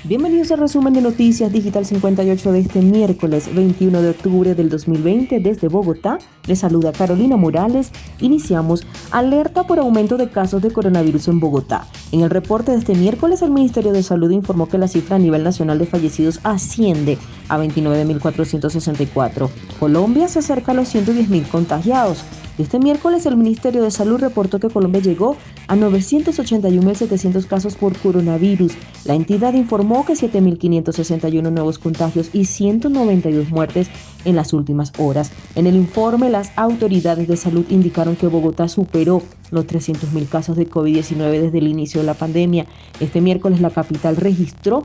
Bienvenidos al resumen de Noticias Digital 58 de este miércoles 21 de octubre del 2020 desde Bogotá. Les saluda Carolina Morales. Iniciamos alerta por aumento de casos de coronavirus en Bogotá. En el reporte de este miércoles, el Ministerio de Salud informó que la cifra a nivel nacional de fallecidos asciende a 29.464. Colombia se acerca a los 110.000 contagiados. Este miércoles el Ministerio de Salud reportó que Colombia llegó a 981.700 casos por coronavirus. La entidad informó que 7.561 nuevos contagios y 192 muertes en las últimas horas. En el informe, las autoridades de salud indicaron que Bogotá superó los 300.000 casos de COVID-19 desde el inicio de la pandemia. Este miércoles la capital registró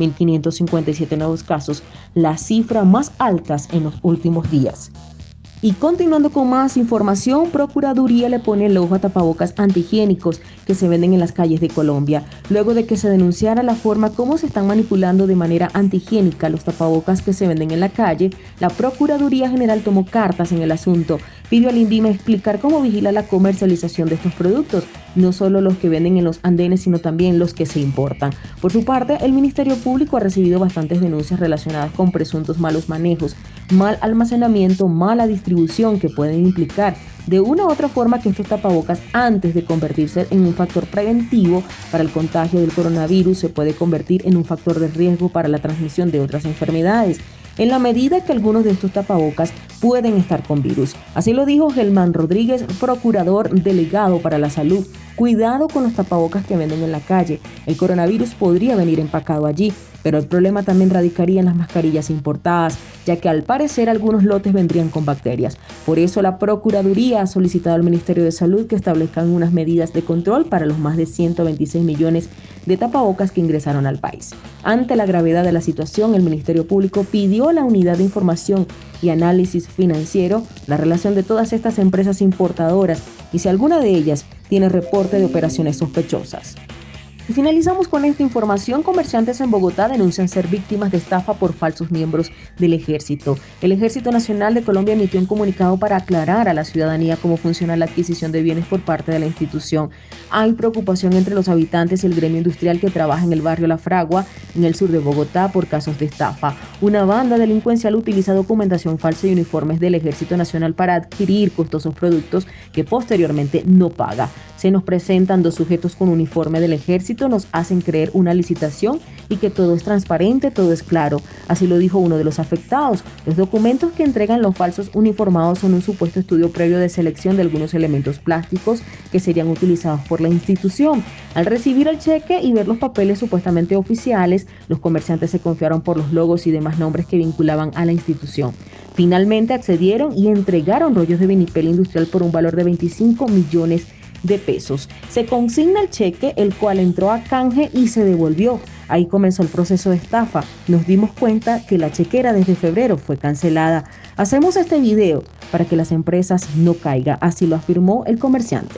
2.557 nuevos casos, las cifras más altas en los últimos días. Y continuando con más información, Procuraduría le pone el ojo a tapabocas antihigiénicos que se venden en las calles de Colombia. Luego de que se denunciara la forma como se están manipulando de manera antihigiénica los tapabocas que se venden en la calle, la Procuraduría General tomó cartas en el asunto. Pidió al INVIMA explicar cómo vigila la comercialización de estos productos, no solo los que venden en los andenes, sino también los que se importan. Por su parte, el Ministerio Público ha recibido bastantes denuncias relacionadas con presuntos malos manejos, mal almacenamiento, mala distribución que pueden implicar de una u otra forma que estos tapabocas, antes de convertirse en un factor preventivo para el contagio del coronavirus, se puede convertir en un factor de riesgo para la transmisión de otras enfermedades, en la medida que algunos de estos tapabocas pueden estar con virus. Así lo dijo Gelman Rodríguez, procurador delegado para la salud. Cuidado con los tapabocas que venden en la calle. El coronavirus podría venir empacado allí, pero el problema también radicaría en las mascarillas importadas, ya que al parecer algunos lotes vendrían con bacterias. Por eso la Procuraduría ha solicitado al Ministerio de Salud que establezcan unas medidas de control para los más de 126 millones de tapabocas que ingresaron al país. Ante la gravedad de la situación, el Ministerio Público pidió a la Unidad de Información y Análisis Financiero la relación de todas estas empresas importadoras y si alguna de ellas tiene reporte de operaciones sospechosas. Y finalizamos con esta información. Comerciantes en Bogotá denuncian ser víctimas de estafa por falsos miembros del Ejército. El Ejército Nacional de Colombia emitió un comunicado para aclarar a la ciudadanía cómo funciona la adquisición de bienes por parte de la institución. Hay preocupación entre los habitantes y el gremio industrial que trabaja en el barrio La Fragua, en el sur de Bogotá, por casos de estafa. Una banda delincuencial utiliza documentación falsa y uniformes del Ejército Nacional para adquirir costosos productos que posteriormente no paga. Se nos presentan dos sujetos con uniforme del Ejército, nos hacen creer una licitación y que todo es transparente, todo es claro. Así lo dijo uno de los afectados. Los documentos que entregan los falsos uniformados son un supuesto estudio previo de selección de algunos elementos plásticos que serían utilizados por la institución. Al recibir el cheque y ver los papeles supuestamente oficiales, los comerciantes se confiaron por los logos y demás nombres que vinculaban a la institución. Finalmente accedieron y entregaron rollos de vinipel industrial por un valor de 25 millones de pesos. Se consigna el cheque, el cual entró a canje y se devolvió. Ahí comenzó el proceso de estafa. Nos dimos cuenta que la chequera desde febrero fue cancelada. Hacemos este video para que las empresas no caigan, así lo afirmó el comerciante.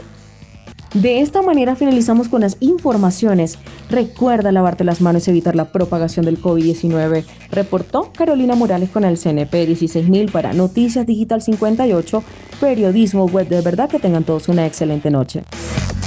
De esta manera finalizamos con las informaciones. Recuerda lavarte las manos y evitar la propagación del COVID-19. Reportó Carolina Morales con el CNP 16000 para Noticias Digital 58, periodismo web de verdad. Que tengan todos una excelente noche.